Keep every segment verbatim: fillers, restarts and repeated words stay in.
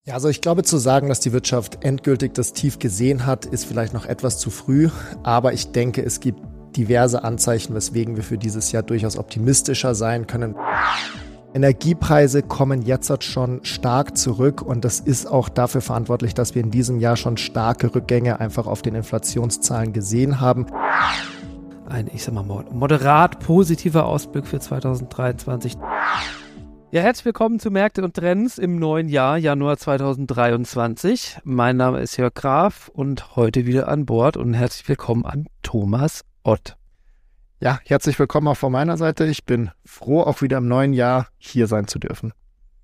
Ja, also ich glaube, zu sagen, dass die Wirtschaft endgültig das Tief gesehen hat, ist vielleicht noch etwas zu früh. Aber ich denke, es gibt diverse Anzeichen, weswegen wir für dieses Jahr durchaus optimistischer sein können. Energiepreise kommen jetzt schon stark zurück und das ist auch dafür verantwortlich, dass wir in diesem Jahr schon starke Rückgänge einfach auf den Inflationszahlen gesehen haben. Ein, ich sag mal, moderat positiver Ausblick für zweitausenddreiundzwanzig. Ja, herzlich willkommen zu Märkte und Trends im neuen Jahr, Januar zweitausenddreiundzwanzig. Mein Name ist Jörg Graf und heute wieder an Bord und herzlich willkommen an Thomas Ott. Ja, herzlich willkommen auch von meiner Seite. Ich bin froh, auch wieder im neuen Jahr hier sein zu dürfen.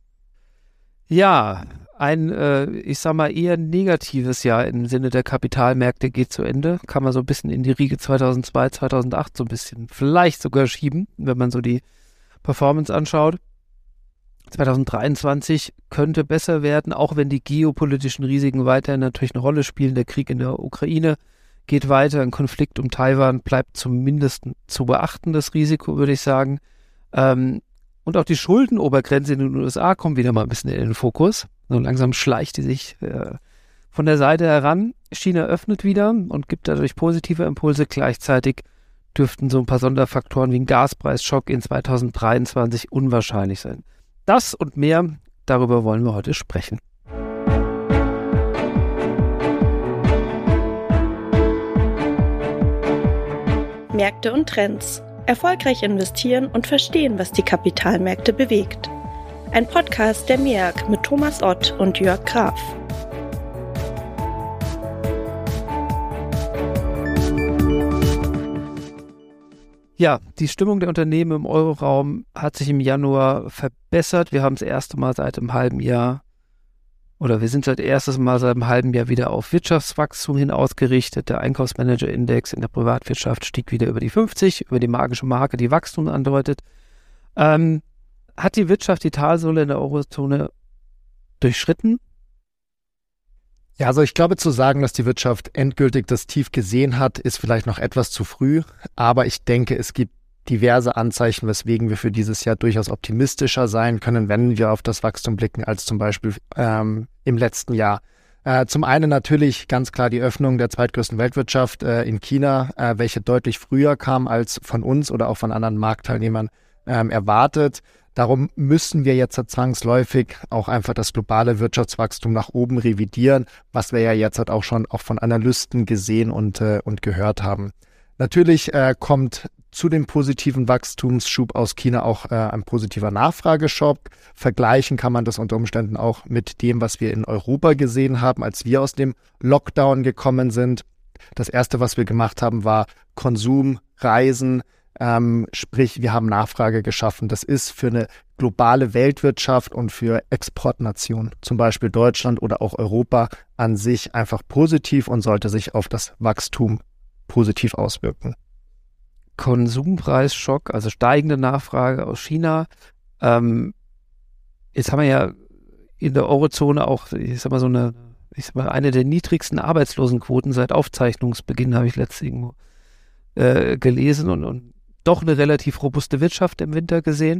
Ja, ein, äh, ich sag mal, eher negatives Jahr im Sinne der Kapitalmärkte geht zu Ende. Kann man so ein bisschen in die Riege zweitausendzwei, zweitausendacht so ein bisschen vielleicht sogar schieben, wenn man so die Performance anschaut. zweitausenddreiundzwanzig könnte besser werden, auch wenn die geopolitischen Risiken weiterhin natürlich eine Rolle spielen. Der Krieg in der Ukraine geht weiter, ein Konflikt um Taiwan bleibt zumindest ein zu beachtendes Risiko, würde ich sagen. Ähm, und auch die Schuldenobergrenze in den U S A kommt wieder mal ein bisschen in den Fokus. So langsam schleicht die sich äh, von der Seite heran. China öffnet wieder und gibt dadurch positive Impulse. Gleichzeitig dürften so ein paar Sonderfaktoren wie ein Gaspreisschock in zweitausenddreiundzwanzig unwahrscheinlich sein. Das und mehr, darüber wollen wir heute sprechen. Märkte und Trends. Erfolgreich investieren und verstehen, was die Kapitalmärkte bewegt. Ein Podcast der M E A G mit Thomas Ott und Jörg Graf. Ja, die Stimmung der Unternehmen im Euroraum hat sich im Januar verbessert. Wir haben das erste Mal seit einem halben Jahr oder wir sind seit erstes Mal seit einem halben Jahr wieder auf Wirtschaftswachstum hin ausgerichtet. Der Einkaufsmanager-Index in der Privatwirtschaft stieg wieder über die fünfzig, über die magische Marke, die Wachstum andeutet. Ähm, hat die Wirtschaft die Talsohle in der Eurozone durchschritten? Ja, also ich glaube, zu sagen, dass die Wirtschaft endgültig das Tief gesehen hat, ist vielleicht noch etwas zu früh. Aber ich denke, es gibt diverse Anzeichen, weswegen wir für dieses Jahr durchaus optimistischer sein können, wenn wir auf das Wachstum blicken, als zum Beispiel ähm, im letzten Jahr. Äh, zum einen natürlich ganz klar die Öffnung der zweitgrößten Weltwirtschaft äh, in China, äh, welche deutlich früher kam als von uns oder auch von anderen Marktteilnehmern ähm, erwartet. Darum müssen wir jetzt zwangsläufig auch einfach das globale Wirtschaftswachstum nach oben revidieren, was wir ja jetzt halt auch schon auch von Analysten gesehen und, äh, und gehört haben. Natürlich äh, kommt zu dem positiven Wachstumsschub aus China auch äh, ein positiver Nachfrageschock. Vergleichen kann man das unter Umständen auch mit dem, was wir in Europa gesehen haben, als wir aus dem Lockdown gekommen sind. Das Erste, was wir gemacht haben, war Konsum, Reisen, ähm, sprich, wir haben Nachfrage geschaffen. Das ist für eine globale Weltwirtschaft und für Exportnationen, zum Beispiel Deutschland oder auch Europa, an sich einfach positiv und sollte sich auf das Wachstum positiv auswirken. Konsumpreisschock, also steigende Nachfrage aus China. Ähm, jetzt haben wir ja in der Eurozone auch, ich sag mal, so eine, ich sag mal, eine der niedrigsten Arbeitslosenquoten seit Aufzeichnungsbeginn, habe ich letztens irgendwo äh, gelesen und, und doch eine relativ robuste Wirtschaft im Winter gesehen,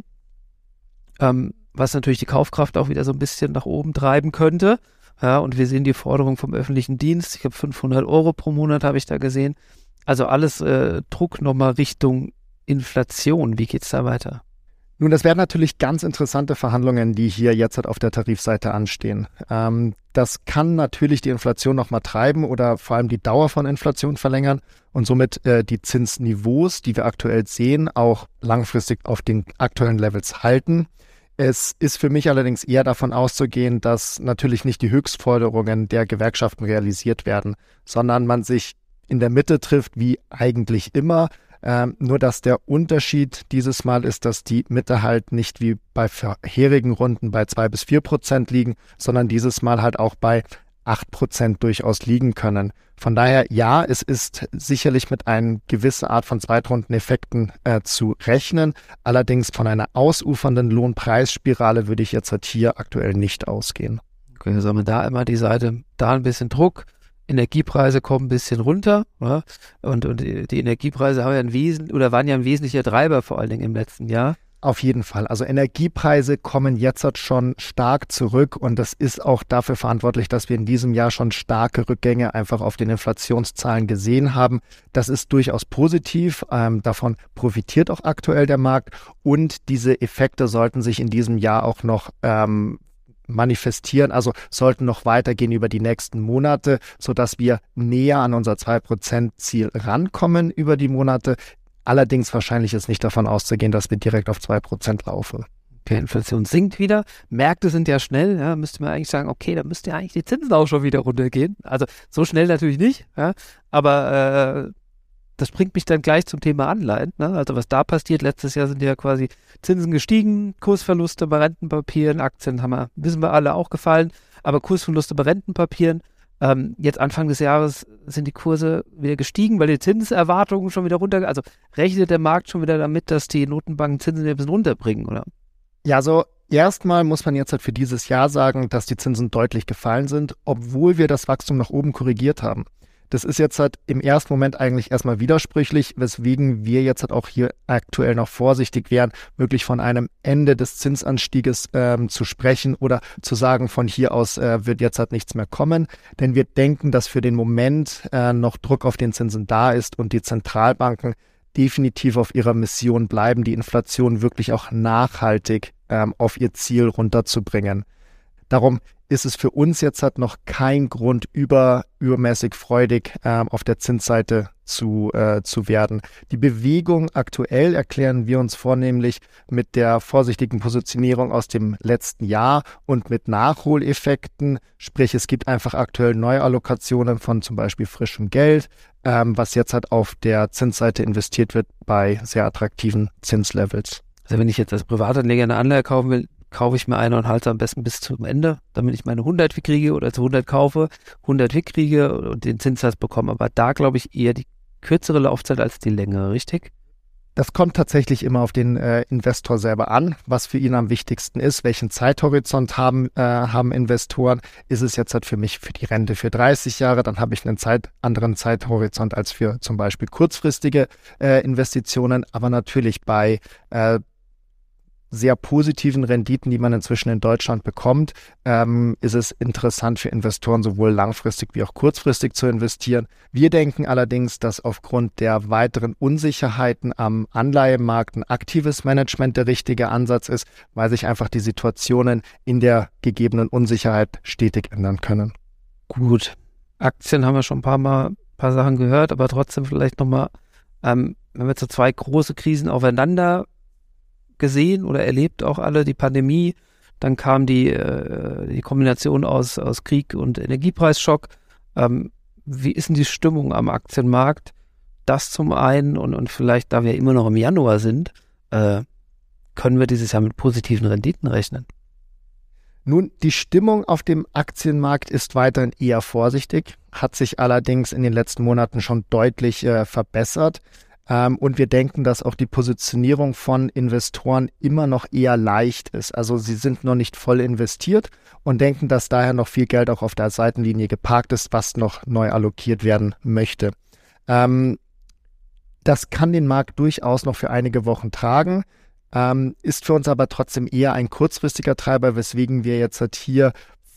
ähm, was natürlich die Kaufkraft auch wieder so ein bisschen nach oben treiben könnte. Ja, und wir sehen die Forderung vom öffentlichen Dienst. Ich habe fünfhundert Euro pro Monat, habe ich da gesehen. Also alles äh, Druck nochmal Richtung Inflation. Wie geht's da weiter? Nun, das wären natürlich ganz interessante Verhandlungen, die hier jetzt halt auf der Tarifseite anstehen. Ähm, das kann natürlich die Inflation nochmal treiben oder vor allem die Dauer von Inflation verlängern und somit äh, die Zinsniveaus, die wir aktuell sehen, auch langfristig auf den aktuellen Levels halten. Es ist für mich allerdings eher davon auszugehen, dass natürlich nicht die Höchstforderungen der Gewerkschaften realisiert werden, sondern man sich in der Mitte trifft, wie eigentlich immer. Ähm, nur, dass der Unterschied dieses Mal ist, dass die Mitte halt nicht wie bei vorherigen Runden bei zwei bis vier Prozent liegen, sondern dieses Mal halt auch bei acht Prozent durchaus liegen können. Von daher, ja, es ist sicherlich mit einer gewissen Art von Zweitrundeneffekten äh, zu rechnen. Allerdings von einer ausufernden Lohnpreisspirale würde ich jetzt halt hier aktuell nicht ausgehen. Okay, also haben wir da immer die Seite, da ein bisschen Druck. Energiepreise kommen ein bisschen runter, ja? und, und die, die Energiepreise haben ja ein Wesen oder waren ja ein wesentlicher Treiber vor allen Dingen im letzten Jahr. Auf jeden Fall. Also Energiepreise kommen jetzt halt schon stark zurück und das ist auch dafür verantwortlich, dass wir in diesem Jahr schon starke Rückgänge einfach auf den Inflationszahlen gesehen haben. Das ist durchaus positiv. Ähm, davon profitiert auch aktuell der Markt und diese Effekte sollten sich in diesem Jahr auch noch ähm, manifestieren, also sollten noch weitergehen über die nächsten Monate, sodass wir näher an unser zwei Prozent Ziel rankommen über die Monate. Allerdings wahrscheinlich ist nicht davon auszugehen, dass wir direkt auf zwei Prozent laufen. Okay, Inflation sinkt wieder. Märkte sind ja schnell. Ja, müsste man eigentlich sagen, okay, da müssten ja eigentlich die Zinsen auch schon wieder runtergehen. Also so schnell natürlich nicht, ja, aber äh, das bringt mich dann gleich zum Thema Anleihen. Ne? Also was da passiert, letztes Jahr sind ja quasi Zinsen gestiegen, Kursverluste bei Rentenpapieren, Aktien haben wir, wissen wir alle, auch gefallen, aber Kursverluste bei Rentenpapieren. Ähm, jetzt Anfang des Jahres sind die Kurse wieder gestiegen, weil die Zinserwartungen schon wieder runter, also rechnet der Markt schon wieder damit, dass die Notenbanken Zinsen wieder ein bisschen runterbringen, oder? Ja, so erstmal muss man jetzt halt für dieses Jahr sagen, dass die Zinsen deutlich gefallen sind, obwohl wir das Wachstum nach oben korrigiert haben. Das ist jetzt halt im ersten Moment eigentlich erstmal widersprüchlich, weswegen wir jetzt halt auch hier aktuell noch vorsichtig wären, wirklich von einem Ende des Zinsanstieges ähm, zu sprechen oder zu sagen, von hier aus äh, wird jetzt halt nichts mehr kommen. Denn wir denken, dass für den Moment äh, noch Druck auf den Zinsen da ist und die Zentralbanken definitiv auf ihrer Mission bleiben, die Inflation wirklich auch nachhaltig ähm, auf ihr Ziel runterzubringen. Darum ist es für uns jetzt halt noch kein Grund, über, übermäßig freudig ähm, auf der Zinsseite zu, äh, zu werden. Die Bewegung aktuell erklären wir uns vornehmlich mit der vorsichtigen Positionierung aus dem letzten Jahr und mit Nachholeffekten. Sprich, es gibt einfach aktuell Neuallokationen von zum Beispiel frischem Geld, ähm, was jetzt halt auf der Zinsseite investiert wird bei sehr attraktiven Zinslevels. Also wenn ich jetzt als Privatanleger eine Anleihe kaufen will, kaufe ich mir eine und halte am besten bis zum Ende, damit ich meine hundert kriege oder zu hundert kaufe, hundert kriege und den Zinssatz bekomme. Aber da glaube ich eher die kürzere Laufzeit als die längere, richtig? Das kommt tatsächlich immer auf den äh, Investor selber an, was für ihn am wichtigsten ist. Welchen Zeithorizont haben, äh, haben Investoren? Ist es jetzt halt für mich für die Rente für dreißig Jahre, dann habe ich einen Zeit, anderen Zeithorizont als für zum Beispiel kurzfristige äh, Investitionen. Aber natürlich bei äh, sehr positiven Renditen, die man inzwischen in Deutschland bekommt, ähm, ist es interessant für Investoren, sowohl langfristig wie auch kurzfristig zu investieren. Wir denken allerdings, dass aufgrund der weiteren Unsicherheiten am Anleihemarkt ein aktives Management der richtige Ansatz ist, weil sich einfach die Situationen in der gegebenen Unsicherheit stetig ändern können. Gut, Aktien haben wir schon ein paar Mal, ein paar Sachen gehört, aber trotzdem vielleicht nochmal, ähm, wenn wir jetzt so zwei große Krisen aufeinander gesehen oder erlebt auch alle, die Pandemie, dann kam die, äh, die Kombination aus, aus Krieg und Energiepreisschock. Ähm, wie ist denn die Stimmung am Aktienmarkt? Das zum einen und, und vielleicht, da wir immer noch im Januar sind, äh, können wir dieses Jahr mit positiven Renditen rechnen? Nun, die Stimmung auf dem Aktienmarkt ist weiterhin eher vorsichtig, hat sich allerdings in den letzten Monaten schon deutlich äh, verbessert. Ähm, und wir denken, dass auch die Positionierung von Investoren immer noch eher leicht ist. Also sie sind noch nicht voll investiert und denken, dass daher noch viel Geld auch auf der Seitenlinie geparkt ist, was noch neu allokiert werden möchte. Ähm, das kann den Markt durchaus noch für einige Wochen tragen, ähm, ist für uns aber trotzdem eher ein kurzfristiger Treiber, weswegen wir jetzt halt hier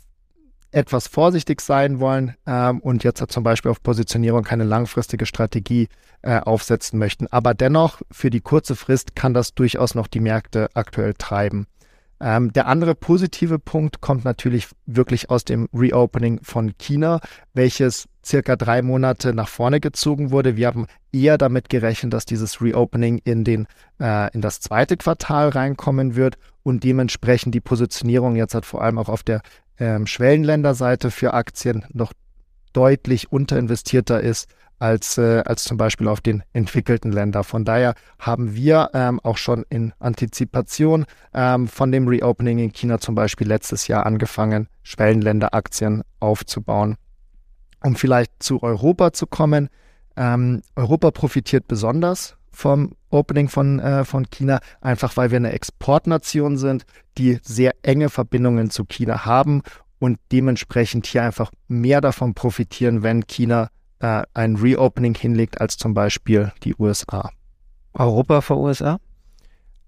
etwas vorsichtig sein wollen ähm, und jetzt zum Beispiel auf Positionierung keine langfristige Strategie äh, aufsetzen möchten. Aber dennoch, für die kurze Frist kann das durchaus noch die Märkte aktuell treiben. Ähm, der andere positive Punkt kommt natürlich wirklich aus dem Reopening von China, welches circa drei Monate nach vorne gezogen wurde. Wir haben eher damit gerechnet, dass dieses Reopening in, den, äh, in das zweite Quartal reinkommen wird und dementsprechend die Positionierung jetzt hat vor allem auch auf der ähm, Schwellenländerseite für Aktien noch deutlich unterinvestierter ist als, äh, als zum Beispiel auf den entwickelten Ländern. Von daher haben wir ähm, auch schon in Antizipation ähm, von dem Reopening in China zum Beispiel letztes Jahr angefangen, Schwellenländeraktien aufzubauen. Um vielleicht zu Europa zu kommen, ähm, Europa profitiert besonders vom Opening von, äh, von China, einfach weil wir eine Exportnation sind, die sehr enge Verbindungen zu China haben und dementsprechend hier einfach mehr davon profitieren, wenn China äh, ein Reopening hinlegt, als zum Beispiel die U S A. Europa vor U S A?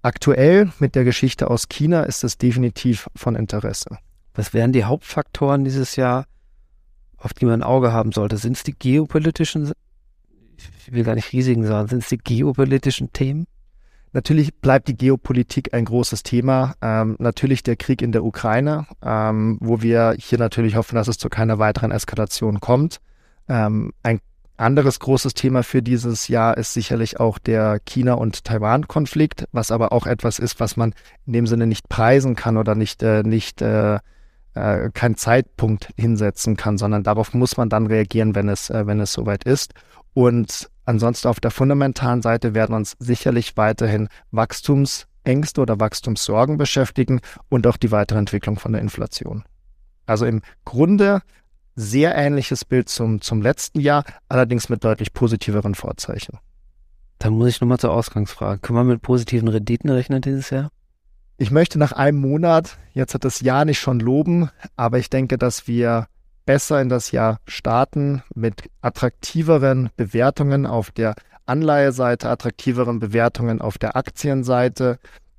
aktuell mit der Geschichte aus China ist es definitiv von Interesse. Was wären die Hauptfaktoren dieses Jahr, auf die man ein Auge haben sollte? Sind es die geopolitischen, ich will gar nicht Risiken sagen, sind es die geopolitischen Themen? Natürlich bleibt die Geopolitik ein großes Thema. Ähm, natürlich der Krieg in der Ukraine, ähm, wo wir hier natürlich hoffen, dass es zu keiner weiteren Eskalation kommt. Ähm, ein anderes großes Thema für dieses Jahr ist sicherlich auch der China- und Taiwan-Konflikt, was aber auch etwas ist, was man in dem Sinne nicht preisen kann oder nicht, äh, nicht äh, äh, keinen Zeitpunkt hinsetzen kann, sondern darauf muss man dann reagieren, wenn es, äh, wenn es soweit ist. Und ansonsten auf der fundamentalen Seite werden uns sicherlich weiterhin Wachstumsängste oder Wachstumssorgen beschäftigen und auch die weitere Entwicklung von der Inflation. Also im Grunde sehr ähnliches Bild zum, zum letzten Jahr, allerdings mit deutlich positiveren Vorzeichen. Dann muss ich nochmal zur Ausgangsfrage. Können wir mit positiven Renditen rechnen dieses Jahr? Ich möchte nach einem Monat, jetzt hat das Jahr nicht schon loben, aber ich denke, dass wir besser in das Jahr starten mit attraktiveren Bewertungen auf der Anleiheseite, attraktiveren Bewertungen auf der Aktienseite,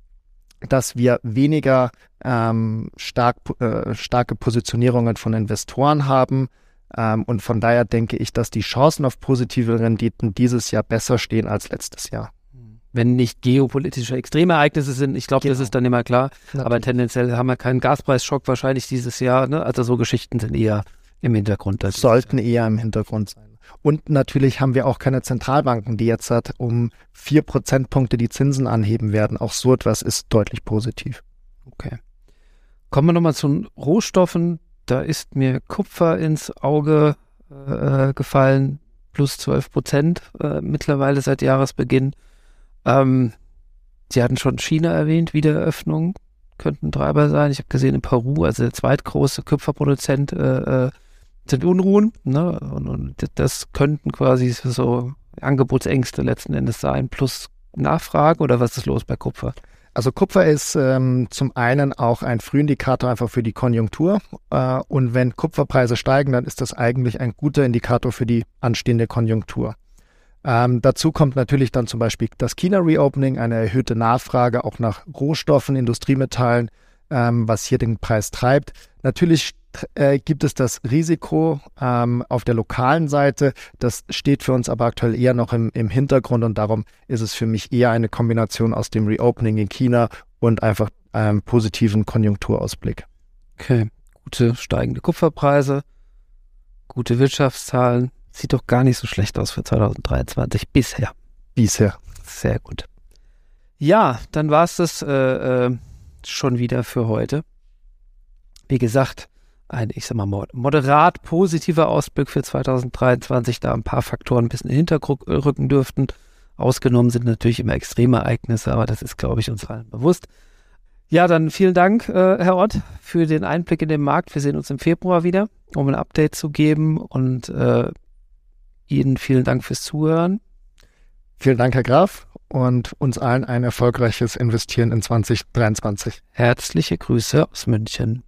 dass wir weniger ähm, stark, äh, starke Positionierungen von Investoren haben. Ähm, und von daher denke ich, dass die Chancen auf positive Renditen dieses Jahr besser stehen als letztes Jahr. Wenn nicht geopolitische Extremereignisse sind, ich glaube, genau. Das ist dann immer klar. Natürlich. Aber tendenziell haben wir keinen Gaspreisschock wahrscheinlich dieses Jahr. Ne? Also so Geschichten sind eher im Hintergrund. Sollten eher im Hintergrund sein. Und natürlich haben wir auch keine Zentralbanken, die jetzt hat, um vier Prozentpunkte die Zinsen anheben werden. Auch so etwas ist deutlich positiv. Okay. Kommen wir nochmal zu den Rohstoffen. Da ist mir Kupfer ins Auge äh, gefallen. Plus zwölf Prozent äh, mittlerweile seit Jahresbeginn. Ähm, Sie hatten schon China erwähnt, Wiedereröffnung könnten Treiber sein. Ich habe gesehen, in Peru, also der zweitgrößte Kupferproduzent, äh, äh, sind Unruhen. Ne? Und, und das könnten quasi so Angebotsängste letzten Endes sein, plus Nachfrage, oder was ist los bei Kupfer? Also Kupfer ist ähm, zum einen auch ein Frühindikator einfach für die Konjunktur. Äh, und wenn Kupferpreise steigen, dann ist das eigentlich ein guter Indikator für die anstehende Konjunktur. Ähm, dazu kommt natürlich dann zum Beispiel das China-Reopening, eine erhöhte Nachfrage auch nach Rohstoffen, Industriemetallen, ähm, was hier den Preis treibt. Natürlich äh, gibt es das Risiko ähm, auf der lokalen Seite. Das steht für uns aber aktuell eher noch im, im Hintergrund und darum ist es für mich eher eine Kombination aus dem Reopening in China und einfach einem positiven Konjunkturausblick. Okay, gute steigende Kupferpreise, gute Wirtschaftszahlen. Sieht doch gar nicht so schlecht aus für zwanzig dreiundzwanzig bisher. Bisher. Sehr gut. Ja, dann war es das äh, äh, schon wieder für heute. Wie gesagt, ein, ich sag mal, moderat positiver Ausblick für zwanzig dreiundzwanzig, da ein paar Faktoren ein bisschen in den Hintergrund rücken dürften. Ausgenommen sind natürlich immer Extremereignisse, aber das ist, glaube ich, uns allen bewusst. Ja, dann vielen Dank, äh, Herr Ott, für den Einblick in den Markt. Wir sehen uns im Februar wieder, um ein Update zu geben, und äh, Ihnen vielen Dank fürs Zuhören. Vielen Dank, Herr Graf, und uns allen ein erfolgreiches Investieren in zwanzig dreiundzwanzig. Herzliche Grüße aus München.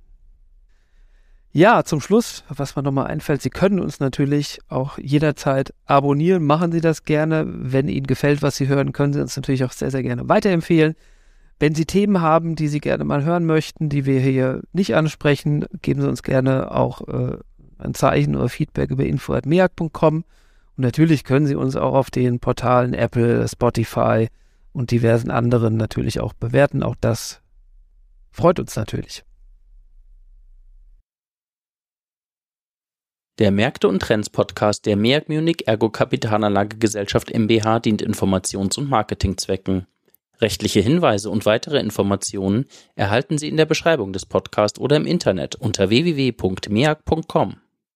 Ja, zum Schluss, was mir nochmal einfällt, Sie können uns natürlich auch jederzeit abonnieren. Machen Sie das gerne. Wenn Ihnen gefällt, was Sie hören, können Sie uns natürlich auch sehr, sehr gerne weiterempfehlen. Wenn Sie Themen haben, die Sie gerne mal hören möchten, die wir hier nicht ansprechen, geben Sie uns gerne auch äh, ein Zeichen oder Feedback über info at meag punkt com. Und natürlich können Sie uns auch auf den Portalen Apple, Spotify und diversen anderen natürlich auch bewerten. Auch das freut uns natürlich. Der Märkte und Trends Podcast der MEAG Munich Ergo Kapitalanlage Gesellschaft GmbH dient Informations- und Marketingzwecken. Rechtliche Hinweise und weitere Informationen erhalten Sie in der Beschreibung des Podcasts oder im Internet unter w w w punkt meag punkt com.